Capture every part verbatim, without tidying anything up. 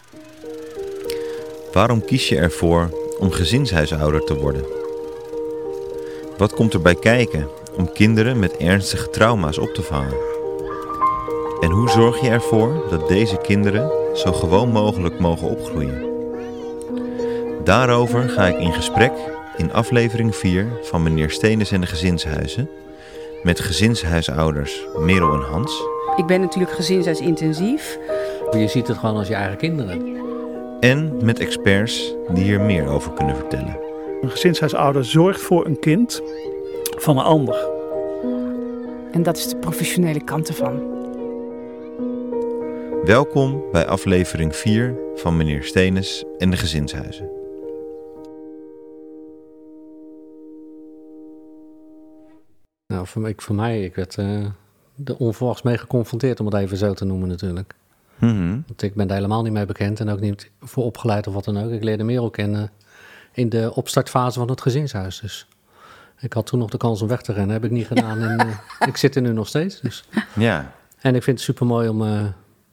Waarom kies je ervoor om gezinshuisouder te worden? Wat komt er bij kijken om kinderen met ernstige trauma's op te vangen? En hoe zorg je ervoor dat deze kinderen zo gewoon mogelijk mogen opgroeien? Daarover ga ik in gesprek in aflevering vier van Meneer Steenis en de Gezinshuizen met gezinshuisouders Merel en Hans. Ik ben natuurlijk gezinshuisintensief. Je ziet het gewoon als je eigen kinderen. En met experts die hier meer over kunnen vertellen. Een gezinshuisouder zorgt voor een kind van een ander. En dat is de professionele kant ervan. Welkom bij aflevering vier van Meneer Steenis en de Gezinshuizen. Nou, voor mij, voor mij ik werd uh, er onverwachts mee geconfronteerd, om het even zo te noemen natuurlijk. Mm-hmm. Want ik ben daar helemaal niet mee bekend en ook niet voor opgeleid of wat dan ook. Ik leerde Merel kennen in de opstartfase van het gezinshuis. Dus ik had toen nog de kans om weg te rennen, heb ik niet gedaan. En uh, ik zit er nu nog steeds. Dus. Ja. En ik vind het super mooi om, uh,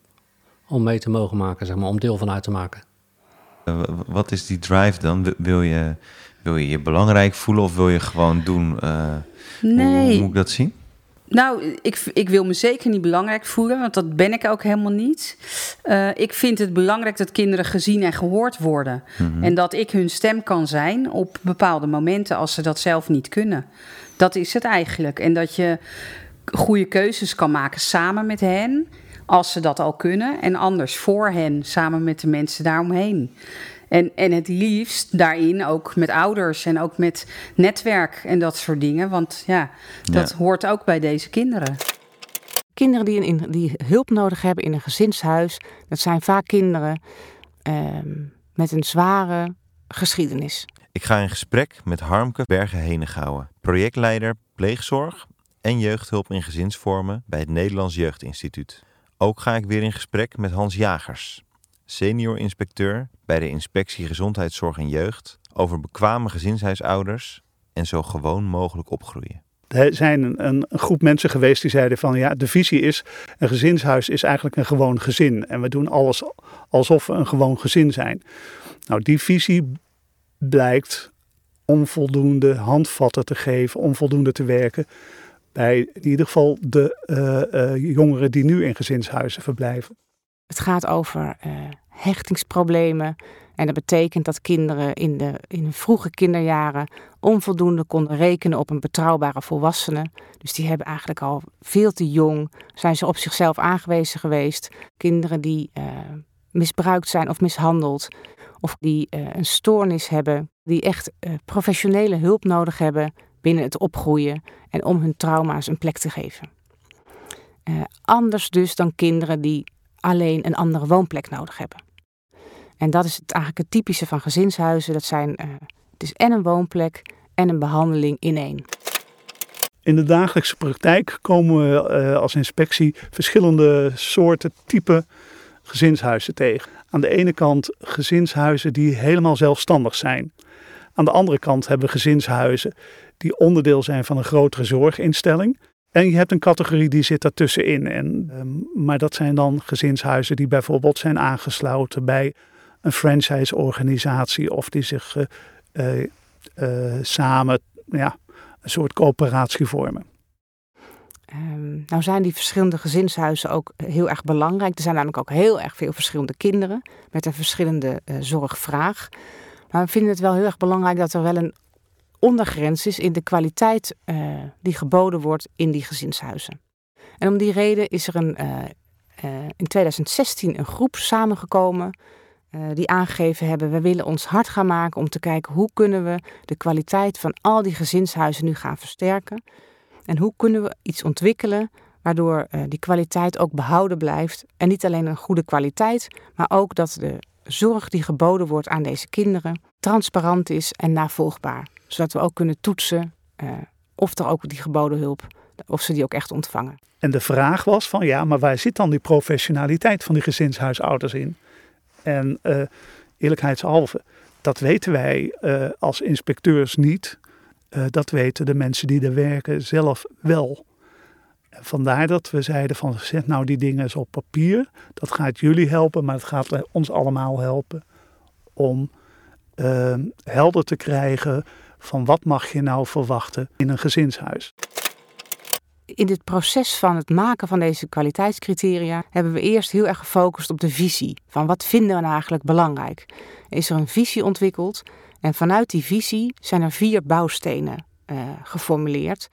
om mee te mogen maken, zeg maar, om deel van uit te maken. Uh, wat is die drive dan? Wil je wil je, je belangrijk voelen of wil je gewoon doen? Uh, nee. Hoe moet ik dat zien? Nou, ik, ik wil me zeker niet belangrijk voelen, want dat ben ik ook helemaal niet. Uh, ik vind het belangrijk dat kinderen gezien en gehoord worden. Mm-hmm. En dat ik hun stem kan zijn op bepaalde momenten als ze dat zelf niet kunnen. Dat is het eigenlijk. En dat je goede keuzes kan maken samen met hen, als ze dat al kunnen. En anders voor hen, samen met de mensen daaromheen. En, en het liefst daarin ook met ouders en ook met netwerk en dat soort dingen. Want ja, dat ja. hoort ook bij deze kinderen. Kinderen die, in, die hulp nodig hebben in een gezinshuis, dat zijn vaak kinderen uh, met een zware geschiedenis. Ik ga in gesprek met Harmke Bergen-Henegouwen, projectleider pleegzorg en jeugdhulp in gezinsvormen bij het Nederlands Jeugdinstituut. Ook ga ik weer in gesprek met Hans Jagers, senior inspecteur bij de Inspectie Gezondheidszorg en Jeugd, over bekwame gezinshuisouders en zo gewoon mogelijk opgroeien. Er zijn een, een groep mensen geweest die zeiden van ja, de visie is, een gezinshuis is eigenlijk een gewoon gezin. En we doen alles alsof we een gewoon gezin zijn. Nou, die visie blijkt onvoldoende handvatten te geven, onvoldoende te werken bij in ieder geval de uh, uh, jongeren die nu in gezinshuizen verblijven. Het gaat over uh, hechtingsproblemen en dat betekent dat kinderen in de, in de vroege kinderjaren onvoldoende konden rekenen op een betrouwbare volwassene. Dus die hebben eigenlijk al veel te jong, zijn ze op zichzelf aangewezen geweest. Kinderen die uh, misbruikt zijn of mishandeld of die uh, een stoornis hebben, die echt uh, professionele hulp nodig hebben binnen het opgroeien en om hun trauma's een plek te geven. Uh, anders dus dan kinderen die alleen een andere woonplek nodig hebben. En dat is het, eigenlijk het typische van gezinshuizen. Dat zijn, uh, het is en een woonplek en een behandeling in één. In de dagelijkse praktijk komen we uh, als inspectie verschillende soorten typen gezinshuizen tegen. Aan de ene kant gezinshuizen die helemaal zelfstandig zijn. Aan de andere kant hebben we gezinshuizen die onderdeel zijn van een grotere zorginstelling. En je hebt een categorie die zit daartussenin. En, um, maar dat zijn dan gezinshuizen die bijvoorbeeld zijn aangesloten bij een franchise-organisatie of die zich uh, uh, uh, samen ja, een soort coöperatie vormen. Um, nou zijn die verschillende gezinshuizen ook heel erg belangrijk. Er zijn namelijk ook heel erg veel verschillende kinderen met een verschillende uh, zorgvraag. Maar we vinden het wel heel erg belangrijk dat er wel een ondergrens is in de kwaliteit uh, die geboden wordt in die gezinshuizen. En om die reden is er een, uh, uh, in twintig zestien een groep samengekomen uh, die aangegeven hebben, we willen ons hard gaan maken om te kijken hoe kunnen we de kwaliteit van al die gezinshuizen nu gaan versterken. En hoe kunnen we iets ontwikkelen waardoor uh, die kwaliteit ook behouden blijft. En niet alleen een goede kwaliteit, maar ook dat de zorg die geboden wordt aan deze kinderen transparant is en navolgbaar. Zodat we ook kunnen toetsen uh, of er ook die geboden hulp, of ze die ook echt ontvangen. En de vraag was van ja, maar waar zit dan die professionaliteit van die gezinshuisouders in? En uh, eerlijkheidshalve, dat weten wij uh, als inspecteurs niet. Uh, dat weten de mensen die er werken zelf wel. Vandaar dat we zeiden van, zet nou die dingen eens op papier. Dat gaat jullie helpen, maar het gaat ons allemaal helpen om uh, helder te krijgen van wat mag je nou verwachten in een gezinshuis. In dit proces van het maken van deze kwaliteitscriteria hebben we eerst heel erg gefocust op de visie. Van wat vinden we nou eigenlijk belangrijk? Is er een visie ontwikkeld en vanuit die visie zijn er vier bouwstenen uh, geformuleerd.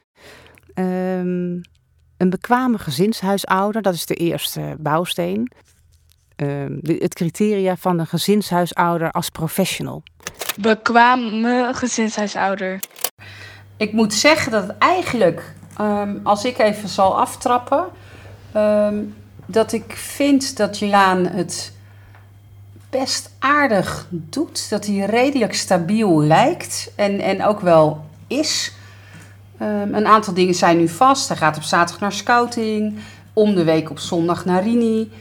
Um, een bekwame gezinshuisouder, dat is de eerste bouwsteen. Um, de, het criteria van een gezinshuisouder als professional. Bekwame gezinshuisouder. Ik moet zeggen dat het eigenlijk, um, als ik even zal aftrappen, um, dat ik vind dat Jilaan het best aardig doet. Dat hij redelijk stabiel lijkt en, en ook wel is. Um, een aantal dingen zijn nu vast. Hij gaat op zaterdag naar scouting, om de week op zondag naar Rini.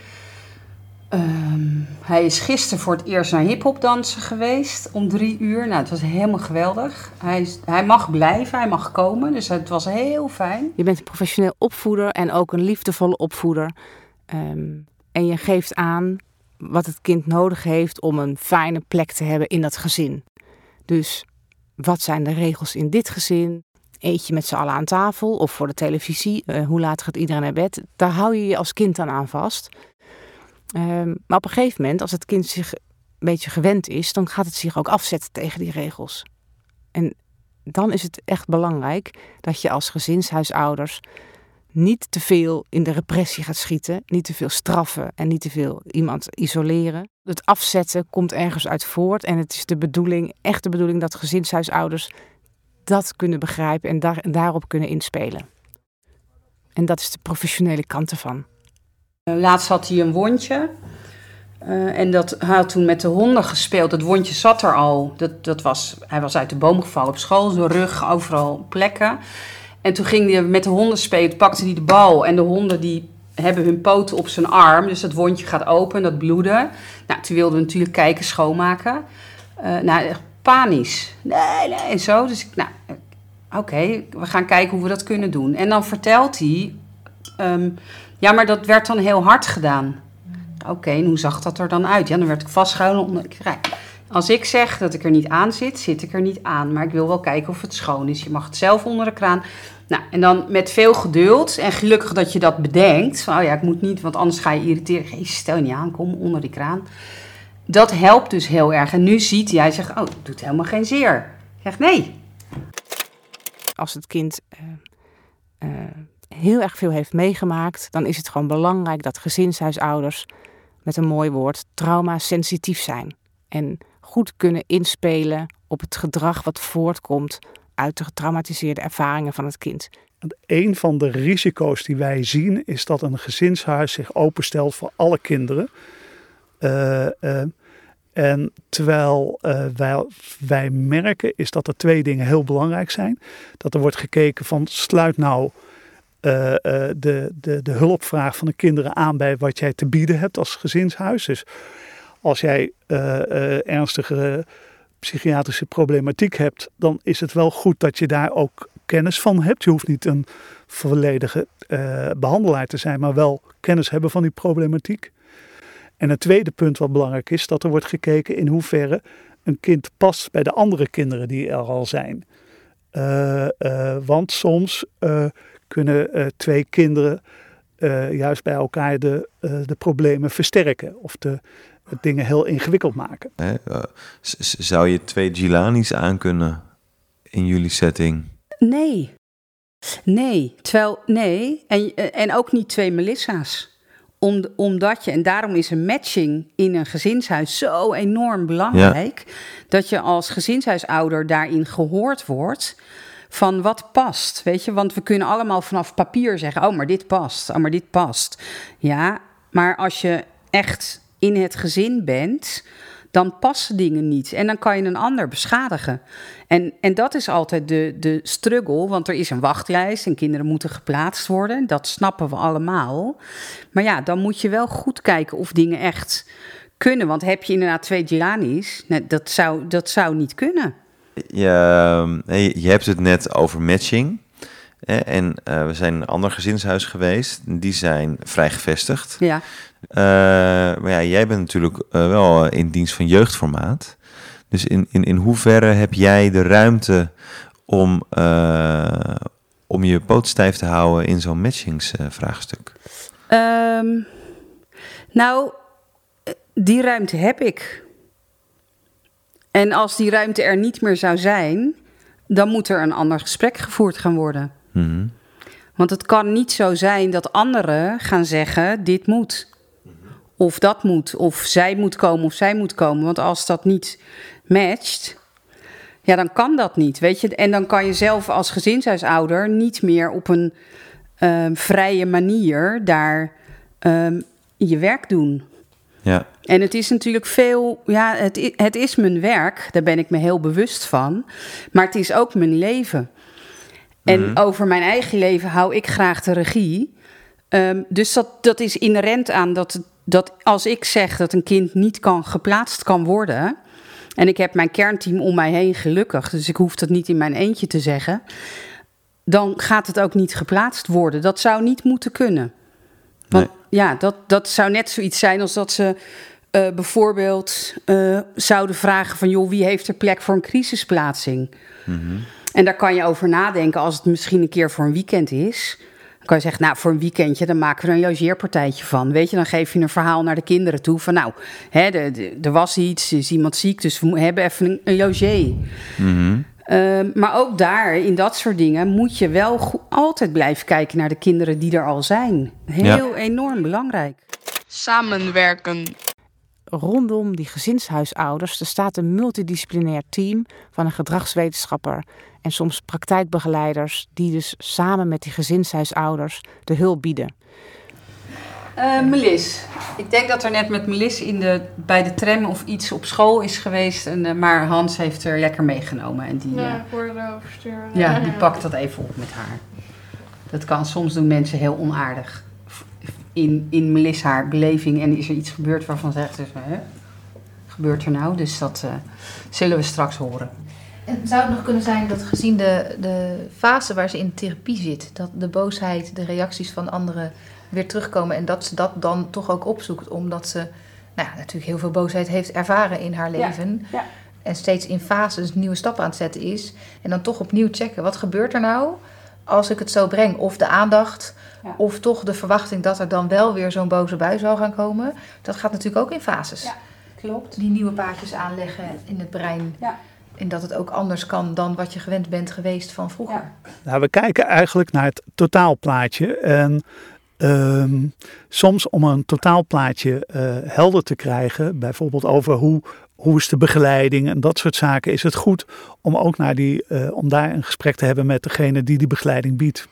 Um, hij is gisteren voor het eerst naar hiphopdansen geweest om drie uur. Nou, het was helemaal geweldig. Hij, hij mag blijven, hij mag komen, dus het was heel fijn. Je bent een professioneel opvoeder en ook een liefdevolle opvoeder. Um, en je geeft aan wat het kind nodig heeft om een fijne plek te hebben in dat gezin. Dus wat zijn de regels in dit gezin? Eet je met z'n allen aan tafel of voor de televisie? Uh, hoe laat gaat iedereen naar bed? Daar hou je je als kind dan aan vast. Um, maar op een gegeven moment, als het kind zich een beetje gewend is, dan gaat het zich ook afzetten tegen die regels. En dan is het echt belangrijk dat je als gezinshuisouders niet te veel in de repressie gaat schieten, niet te veel straffen en niet te veel iemand isoleren. Het afzetten komt ergens uit voort en het is de bedoeling, echt de bedoeling dat gezinshuisouders dat kunnen begrijpen en, daar, en daarop kunnen inspelen. En dat is de professionele kant ervan. Laatst had hij een wondje uh, en dat, hij had toen met de honden gespeeld. Het wondje zat er al. Dat, dat was, hij was uit de boom gevallen op school, zijn rug, overal plekken. En toen ging hij met de honden spelen, pakte hij de bal en de honden die hebben hun poten op zijn arm. Dus dat wondje gaat open, dat bloedde. Nou, toen wilden we natuurlijk kijken, schoonmaken. Uh, nou, echt panisch. Nee, nee, en zo. Dus ik, nou, oké, okay, we gaan kijken hoe we dat kunnen doen. En dan vertelt hij, um, ja, maar dat werd dan heel hard gedaan. Oké, okay, en hoe zag dat er dan uit? Ja, dan werd ik vastgehouden onder de kraan. Als ik zeg dat ik er niet aan zit, zit ik er niet aan. Maar ik wil wel kijken of het schoon is. Je mag het zelf onder de kraan. Nou, en dan met veel geduld en gelukkig dat je dat bedenkt. Van, oh ja, ik moet niet, want anders ga je irriteren. Hey, stel je niet aan, kom onder die kraan. Dat helpt dus heel erg. En nu ziet hij, hij zegt, oh, het doet helemaal geen zeer. Ik zeg, nee. Als het kind uh, uh, heel erg veel heeft meegemaakt, dan is het gewoon belangrijk dat gezinshuisouders, met een mooi woord, trauma-sensitief zijn. En goed kunnen inspelen op het gedrag wat voortkomt uit de getraumatiseerde ervaringen van het kind. Een van de risico's die wij zien is dat een gezinshuis zich openstelt voor alle kinderen. Uh, uh, en terwijl uh, wij, wij merken is dat er twee dingen heel belangrijk zijn. Dat er wordt gekeken van sluit nou uh, uh, de, de, de hulpvraag van de kinderen aan bij wat jij te bieden hebt als gezinshuis. Dus als jij uh, uh, ernstige psychiatrische problematiek hebt, dan is het wel goed dat je daar ook kennis van hebt. Je hoeft niet een volledige uh, behandelaar te zijn, maar wel kennis hebben van die problematiek. En het tweede punt wat belangrijk is, dat er wordt gekeken in hoeverre een kind past bij de andere kinderen die er al zijn. Uh, uh, want soms uh, kunnen uh, twee kinderen uh, juist bij elkaar de, uh, de problemen versterken of de dingen heel ingewikkeld maken. Hè, uh, z- zou je twee Jilani's aankunnen in jullie setting? Nee. Nee. Terwijl, nee. En, en ook niet twee Melissa's. Om, omdat je, en daarom is een matching in een gezinshuis zo enorm belangrijk. Ja. Dat je als gezinshuisouder daarin gehoord wordt van wat past. Weet je, want we kunnen allemaal vanaf papier zeggen, oh, maar dit past. Oh, maar dit past. Ja, maar als je echt in het gezin bent, dan passen dingen niet. En dan kan je een ander beschadigen. En, en dat is altijd de, de struggle, want er is een wachtlijst en kinderen moeten geplaatst worden. Dat snappen we allemaal. Maar ja, dan moet je wel goed kijken of dingen echt kunnen. Want heb je inderdaad twee Jilani's, nee, dat, zou, dat zou niet kunnen. Ja, je hebt het net over matching. Eh, en uh, we zijn in een ander gezinshuis geweest. Die zijn vrij gevestigd. Ja. Uh, maar ja, jij bent natuurlijk uh, wel in dienst van jeugdformaat. Dus in, in, in hoeverre heb jij de ruimte om, uh, om je poot stijf te houden in zo'n matchingsvraagstuk? Uh, um, nou, die ruimte heb ik. En als die ruimte er niet meer zou zijn, dan moet er een ander gesprek gevoerd gaan worden. Mm-hmm. Want het kan niet zo zijn dat anderen gaan zeggen, dit moet. Of dat moet, of zij moet komen, of zij moet komen. Want als dat niet matcht, ja, dan kan dat niet, weet je. En dan kan je zelf als gezinshuisouder niet meer op een um, vrije manier daar um, je werk doen. Ja. En het is natuurlijk veel, ja, het, het is mijn werk, daar ben ik me heel bewust van. Maar het is ook mijn leven. En mm-hmm. over mijn eigen leven hou ik graag de regie. Um, dus dat, dat is inherent aan dat, dat als ik zeg dat een kind niet kan geplaatst kan worden, en ik heb mijn kernteam om mij heen gelukkig, dus ik hoef dat niet in mijn eentje te zeggen, dan gaat het ook niet geplaatst worden. Dat zou niet moeten kunnen. Want nee. ja, dat, dat zou net zoiets zijn als dat ze uh, bijvoorbeeld uh, zouden vragen van, joh, wie heeft er plek voor een crisisplaatsing? Mm-hmm. En daar kan je over nadenken als het misschien een keer voor een weekend is. Dan kan je zeggen, nou, voor een weekendje, dan maken we er een logeerpartijtje van. Weet je, dan geef je een verhaal naar de kinderen toe van, nou, hè, er was iets, er is iemand ziek, dus we hebben even een, een logé. Mm-hmm. Uh, maar ook daar, in dat soort dingen, moet je wel go- altijd blijven kijken naar de kinderen die er al zijn. Heel ja. enorm belangrijk. Samenwerken. Rondom die gezinshuisouders er staat een multidisciplinair team van een gedragswetenschapper en soms praktijkbegeleiders die dus samen met die gezinshuisouders de hulp bieden. Uh, Melis, ik denk dat er net met Melis in de, bij de tram of iets op school is geweest, en, uh, maar Hans heeft er lekker meegenomen. En die, ja, uh, ik hoorde erover sturen. Ja, die pakt dat even op met haar. Dat kan, soms doen mensen heel onaardig. In, in Melis haar beleving en is er iets gebeurd waarvan zegt ze, hè, gebeurt er nou? Dus dat uh, zullen we straks horen. En zou het nog kunnen zijn dat gezien de, de fase waar ze in therapie zit, dat de boosheid, de reacties van anderen weer terugkomen en dat ze dat dan toch ook opzoekt, omdat ze nou ja, natuurlijk heel veel boosheid heeft ervaren in haar leven. Ja, ja. En steeds in fases nieuwe stappen aan het zetten is. En dan toch opnieuw checken, wat gebeurt er nou als ik het zo breng? Of de aandacht, ja. of toch de verwachting dat er dan wel weer zo'n boze bui zou gaan komen. Dat gaat natuurlijk ook in fases. Ja, klopt. Die nieuwe paadjes aanleggen in het brein. Ja. En dat het ook anders kan dan wat je gewend bent geweest van vroeger. Ja. Nou, we kijken eigenlijk naar het totaalplaatje. En um, soms om een totaalplaatje uh, helder te krijgen, bijvoorbeeld over hoe, hoe is de begeleiding en dat soort zaken, is het goed om ook naar die, uh, om daar een gesprek te hebben met degene die die begeleiding biedt.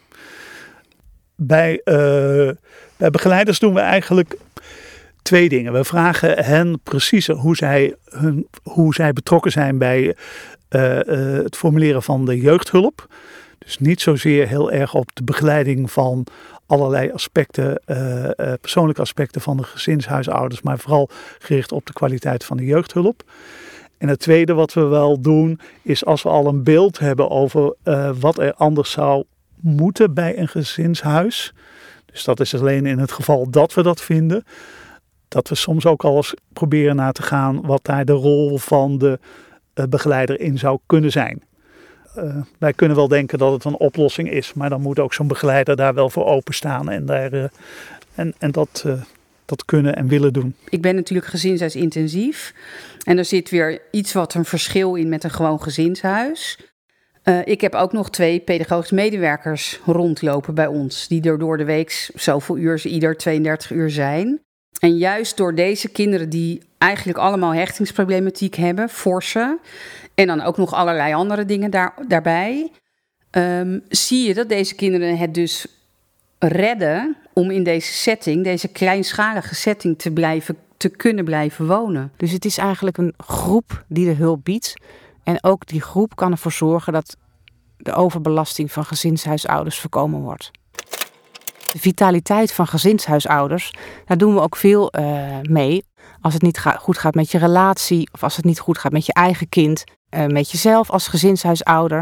Bij, uh, bij begeleiders doen we eigenlijk twee dingen. We vragen hen precies hoe zij, hun, hoe zij betrokken zijn bij uh, uh, het formuleren van de jeugdhulp. Dus niet zozeer heel erg op de begeleiding van allerlei aspecten, uh, uh, persoonlijke aspecten van de gezinshuisouders, maar vooral gericht op de kwaliteit van de jeugdhulp. En het tweede wat we wel doen, is als we al een beeld hebben over uh, wat er anders zou moeten bij een gezinshuis. Dus dat is alleen in het geval dat we dat vinden. Dat we soms ook al eens proberen na te gaan wat daar de rol van de uh, begeleider in zou kunnen zijn. Uh, wij kunnen wel denken dat het een oplossing is, maar dan moet ook zo'n begeleider daar wel voor openstaan en, daar, uh, en, en dat, uh, dat kunnen en willen doen. Ik ben natuurlijk gezinshuisintensief en er zit weer iets wat een verschil in met een gewoon gezinshuis. Uh, ik heb ook nog twee pedagogische medewerkers rondlopen bij ons, die er door de week zoveel uur, ieder tweeëndertig uur zijn. En juist door deze kinderen die eigenlijk allemaal hechtingsproblematiek hebben, forse, en dan ook nog allerlei andere dingen daar, daarbij, um, zie je dat deze kinderen het dus redden om in deze setting, deze kleinschalige setting, te, blijven, te kunnen blijven wonen. Dus het is eigenlijk een groep die de hulp biedt. En ook die groep kan ervoor zorgen dat de overbelasting van gezinshuisouders voorkomen wordt. De vitaliteit van gezinshuisouders, daar doen we ook veel uh, mee. Als het niet ga- goed gaat met je relatie of als het niet goed gaat met je eigen kind, uh, met jezelf als gezinshuisouder.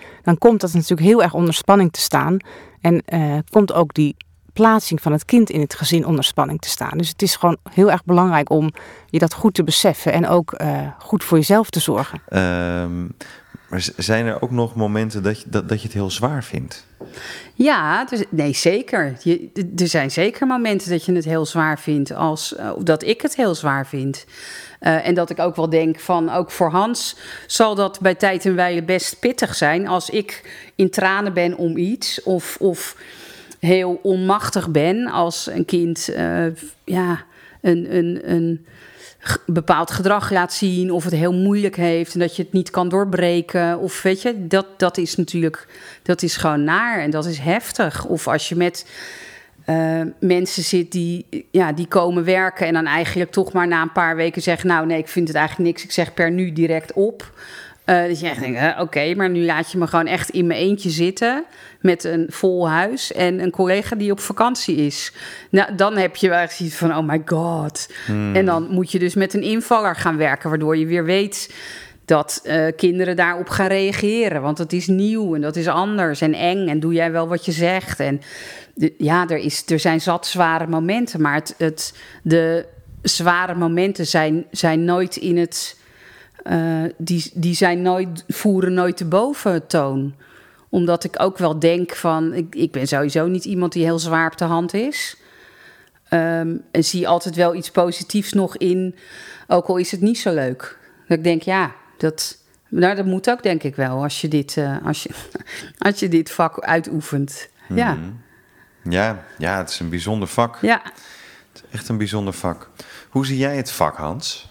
dan komt dat natuurlijk heel erg onder spanning te staan. En uh, komt ook die plaatsing van het kind in het gezin onder spanning te staan. Dus het is gewoon heel erg belangrijk om je dat goed te beseffen en ook uh, goed voor jezelf te zorgen. Um, maar zijn er ook nog momenten dat je, dat, dat je het heel zwaar vindt? Ja, dus, nee, zeker. Je, er zijn zeker momenten dat je het heel zwaar vindt, als uh, dat ik het heel zwaar vind. Uh, en dat ik ook wel denk van, ook voor Hans zal dat bij tijd en wijle best pittig zijn als ik in tranen ben om iets of, of heel onmachtig ben als een kind uh, ja, een, een, een bepaald gedrag laat zien of het heel moeilijk heeft en dat je het niet kan doorbreken. Of weet je, dat, dat is natuurlijk, dat is gewoon naar en dat is heftig. Of als je met uh, mensen zit die, ja, die komen werken en dan eigenlijk toch maar na een paar weken zeggen, nou nee, ik vind het eigenlijk niks, ik zeg per nu direct op. Uh, dat je echt denkt, oké, okay, maar nu laat je me gewoon echt in mijn eentje zitten met een vol huis en een collega die op vakantie is. Nou, dan heb je wel echt zoiets van, oh my god. Hmm. En dan moet je dus met een invaller gaan werken, waardoor je weer weet dat uh, kinderen daarop gaan reageren. Want het is nieuw en dat is anders en eng en doe jij wel wat je zegt. En de, ja, er, is, er zijn zat zware momenten, maar het, het, de zware momenten zijn, zijn nooit in het... Uh, die, die zijn nooit, voeren nooit de boventoon. Omdat ik ook wel denk van... Ik, ik ben sowieso niet iemand die heel zwaar op de hand is. Um, en zie altijd wel iets positiefs nog in... ook al is het niet zo leuk. Dat ik denk, ja, dat, nou, dat moet ook denk ik wel... als je dit, uh, als je, als je dit vak uitoefent. Mm. Ja. Ja, ja, het is een bijzonder vak. Ja. Het is echt een bijzonder vak. Hoe zie jij het vak, Hans?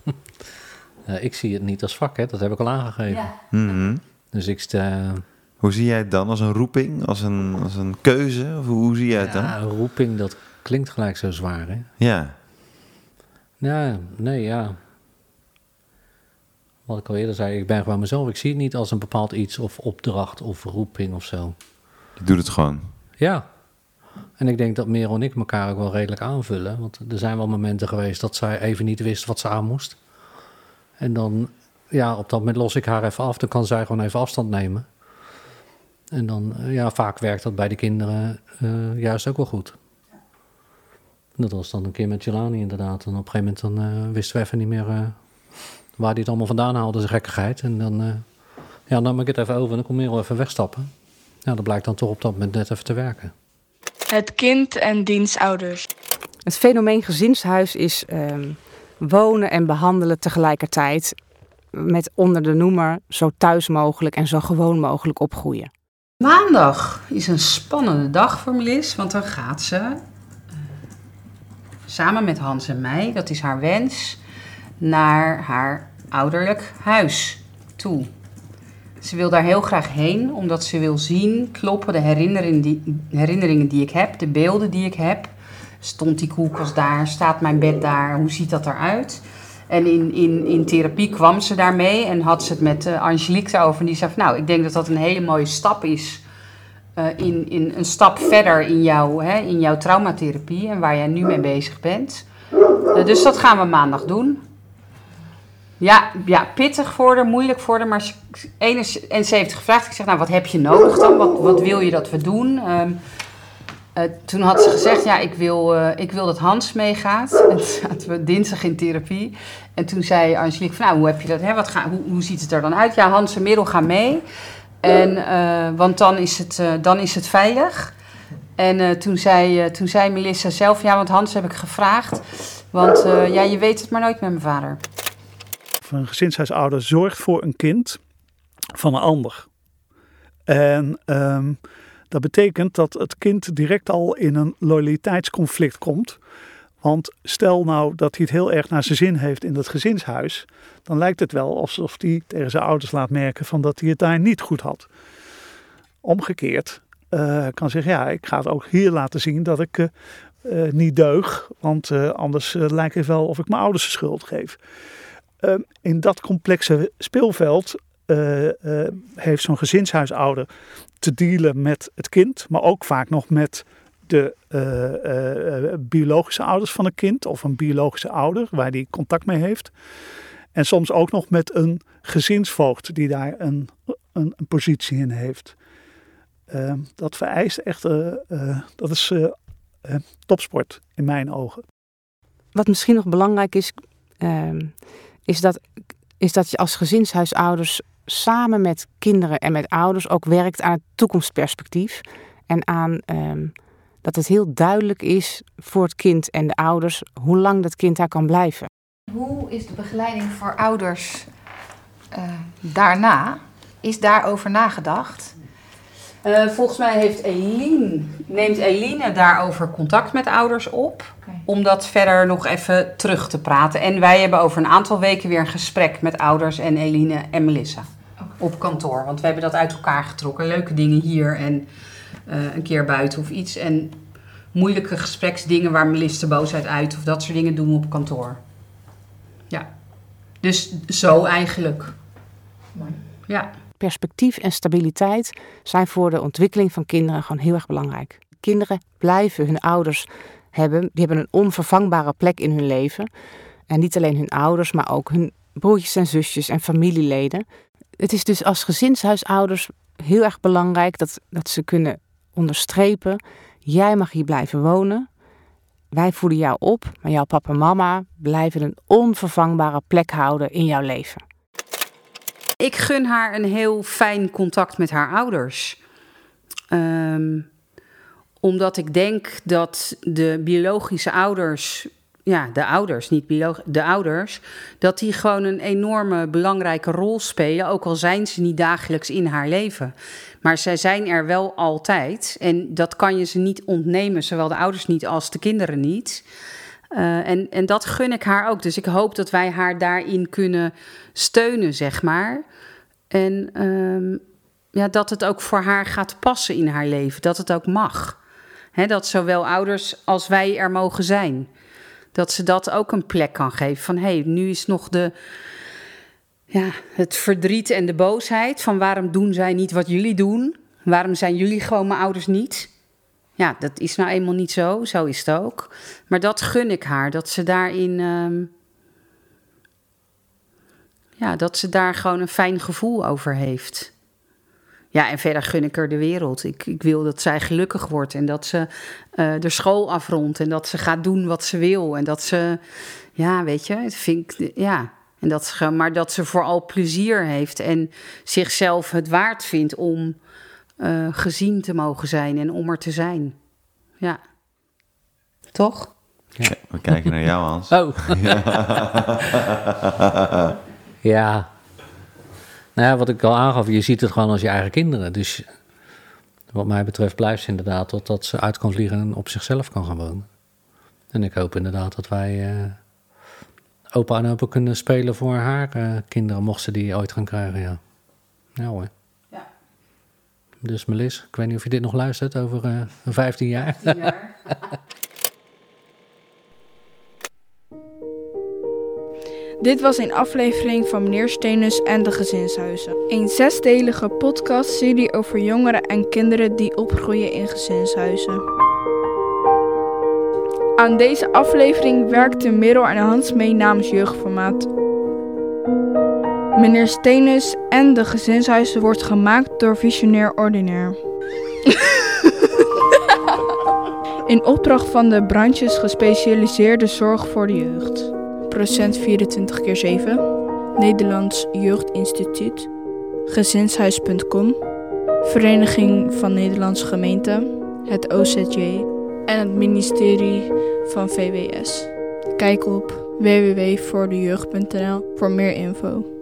Uh, ik zie het niet als vak, hè? Dat heb ik al aangegeven. Ja. Mm-hmm. Dus ik sta... Hoe zie jij het dan? Als een roeping? Als een, als een keuze? Of hoe zie jij het dan? Ja, een roeping, dat klinkt gelijk zo zwaar, hè? Ja. Ja, nee, ja. Wat ik al eerder zei, ik ben gewoon mezelf. Ik zie het niet als een bepaald iets of opdracht of roeping of zo. Je doet het gewoon. Ja. En ik denk dat Merel en ik elkaar ook wel redelijk aanvullen. Want er zijn wel momenten geweest dat zij even niet wist wat ze aan moest. En dan, ja, op dat moment los ik haar even af. Dan kan zij gewoon even afstand nemen. En dan, ja, vaak werkt dat bij de kinderen uh, juist ook wel goed. Dat was dan een keer met Jelani inderdaad. En op een gegeven moment dan, uh, wisten we even niet meer uh, waar die het allemaal vandaan haalde, zijn gekkigheid. En dan, uh, ja, dan nam ik het even over en dan kon Merel even wegstappen. Ja, dat blijkt dan toch op dat moment net even te werken. Het kind en diens ouders. Het fenomeen gezinshuis is um, wonen en behandelen tegelijkertijd met onder de noemer zo thuis mogelijk en zo gewoon mogelijk opgroeien. Maandag is een spannende dag voor Melis, want dan gaat ze uh, samen met Hans en mij, dat is haar wens, naar haar ouderlijk huis toe. Ze wil daar heel graag heen, omdat ze wil zien, kloppen de herinneringen die, herinneringen die ik heb, de beelden die ik heb. Stond die koelkast daar, staat mijn bed daar, hoe ziet dat eruit? En in, in, in therapie kwam ze daarmee en had ze het met uh, Angelique erover. En die zei van, nou, ik denk dat dat een hele mooie stap is. Uh, in, in een stap verder in, jou, hè, in jouw traumatherapie en waar jij nu mee bezig bent. Uh, dus dat gaan we maandag doen. Ja, ja, pittig voor haar, moeilijk voor haar, maar ze is eenenzeventig gevraagd. Ik zeg, nou, wat heb je nodig dan? Wat, wat wil je dat we doen? Um, uh, toen had ze gezegd, ja, ik wil, uh, ik wil dat Hans meegaat. En toen zaten we dinsdag in therapie. En toen zei Angelique van, nou, hoe heb je dat? Hè? Wat ga, hoe, hoe ziet het er dan uit? Ja, Hans en Merel gaan mee. En, uh, want dan is, het, uh, dan is het veilig. En uh, toen, zei, uh, toen zei Melissa zelf, ja, want Hans heb ik gevraagd. Want uh, ja, je weet het maar nooit met mijn vader. Een gezinshuisouder zorgt voor een kind van een ander. En um, dat betekent dat het kind direct al in een loyaliteitsconflict komt. Want stel nou dat hij het heel erg naar zijn zin heeft in dat gezinshuis, dan lijkt het wel alsof hij tegen zijn ouders laat merken van dat hij het daar niet goed had. Omgekeerd uh, kan zeggen, ja, ik ga het ook hier laten zien dat ik uh, uh, niet deug, want uh, anders uh, lijkt het wel of ik mijn ouders de schuld geef. Uh, in dat complexe speelveld uh, uh, heeft zo'n gezinshuisouder te dealen met het kind, maar ook vaak nog met de uh, uh, biologische ouders van een kind of een biologische ouder waar die contact mee heeft. En soms ook nog met een gezinsvoogd die daar een een, een positie in heeft. Uh, dat vereist echt, uh, uh, dat is uh, uh, topsport in mijn ogen. Wat misschien nog belangrijk is, uh, is, dat, is dat je als gezinshuisouders samen met kinderen en met ouders ook werkt aan het toekomstperspectief. En aan um, dat het heel duidelijk is voor het kind en de ouders hoe lang dat kind daar kan blijven. Hoe is de begeleiding voor ouders uh, daarna? Is daarover nagedacht? Uh, volgens mij heeft Eline, neemt Eline daarover contact met ouders op. Okay. Om dat verder nog even terug te praten. En wij hebben over een aantal weken weer een gesprek met ouders en Eline en Melissa. Okay. Op kantoor. Want we hebben dat uit elkaar getrokken. Leuke dingen hier en uh, een keer buiten of iets. En moeilijke gespreksdingen waar Melissa de boosheid uit of dat soort dingen doen we op kantoor. Ja. Dus zo eigenlijk. Mooi. Ja. Perspectief en stabiliteit zijn voor de ontwikkeling van kinderen gewoon heel erg belangrijk. Kinderen blijven hun ouders hebben. Die hebben een onvervangbare plek in hun leven. En niet alleen hun ouders, maar ook hun broertjes en zusjes en familieleden. Het is dus als gezinshuisouders heel erg belangrijk dat, dat ze kunnen onderstrepen: jij mag hier blijven wonen. Wij voeden jou op, maar jouw papa en mama blijven een onvervangbare plek houden in jouw leven. Ik gun haar een heel fijn contact met haar ouders. Um, omdat ik denk dat de biologische ouders, ja, de ouders, niet biologisch, de ouders, dat die gewoon een enorme belangrijke rol spelen, ook al zijn ze niet dagelijks in haar leven. Maar zij zijn er wel altijd en dat kan je ze niet ontnemen, zowel de ouders niet als de kinderen niet. Uh, en, en dat gun ik haar ook. Dus ik hoop dat wij haar daarin kunnen steunen, zeg maar. En um, ja, dat het ook voor haar gaat passen in haar leven. Dat het ook mag. He, dat zowel ouders als wij er mogen zijn. Dat ze dat ook een plek kan geven. Van, hé, hey, nu is nog de, ja, het verdriet en de boosheid. Van waarom doen zij niet wat jullie doen? Waarom zijn jullie gewoon mijn ouders niet? Ja, dat is nou eenmaal niet zo. Zo is het ook. Maar dat gun ik haar. Dat ze daarin... Um, ja, dat ze daar gewoon een fijn gevoel over heeft. Ja, en verder gun ik er de wereld. Ik, ik wil dat zij gelukkig wordt. En dat ze uh, de school afrondt. En dat ze gaat doen wat ze wil. En dat ze... Ja, weet je, het vind ik... Ja. En dat ze, maar dat ze vooral plezier heeft. En zichzelf het waard vindt om... Uh, gezien te mogen zijn en om er te zijn. Ja. Toch? Ja. We kijken naar jou, Hans. Oh. Ja. Ja. Nou ja, wat ik al aangaf, je ziet het gewoon als je eigen kinderen. Dus wat mij betreft blijft ze inderdaad totdat ze uit kan vliegen en op zichzelf kan gaan wonen. En ik hoop inderdaad dat wij uh, opa en opa kunnen spelen voor haar uh, kinderen, mocht ze die ooit gaan krijgen, ja. Nou hoor. Dus Melis, ik weet niet of je dit nog luistert over uh, vijftien jaar. vijftien jaar. Dit was een aflevering van Meneer Steenus en de Gezinshuizen. Een zesdelige podcastserie over jongeren en kinderen die opgroeien in gezinshuizen. Aan deze aflevering werkten Merel en Hans mee namens Jeugdformaat. Meneer Steenus en de Gezinshuizen wordt gemaakt door Visionair Ordinair. In opdracht van de branches gespecialiseerde zorg voor de jeugd. Procent vierentwintig keer zeven. Nederlands Jeugdinstituut. Gezinshuis punt com. Vereniging van Nederlandse Gemeenten. Het O Z J. En het ministerie van V W S. Kijk op w w w punt voor de jeugd punt n l voor meer info.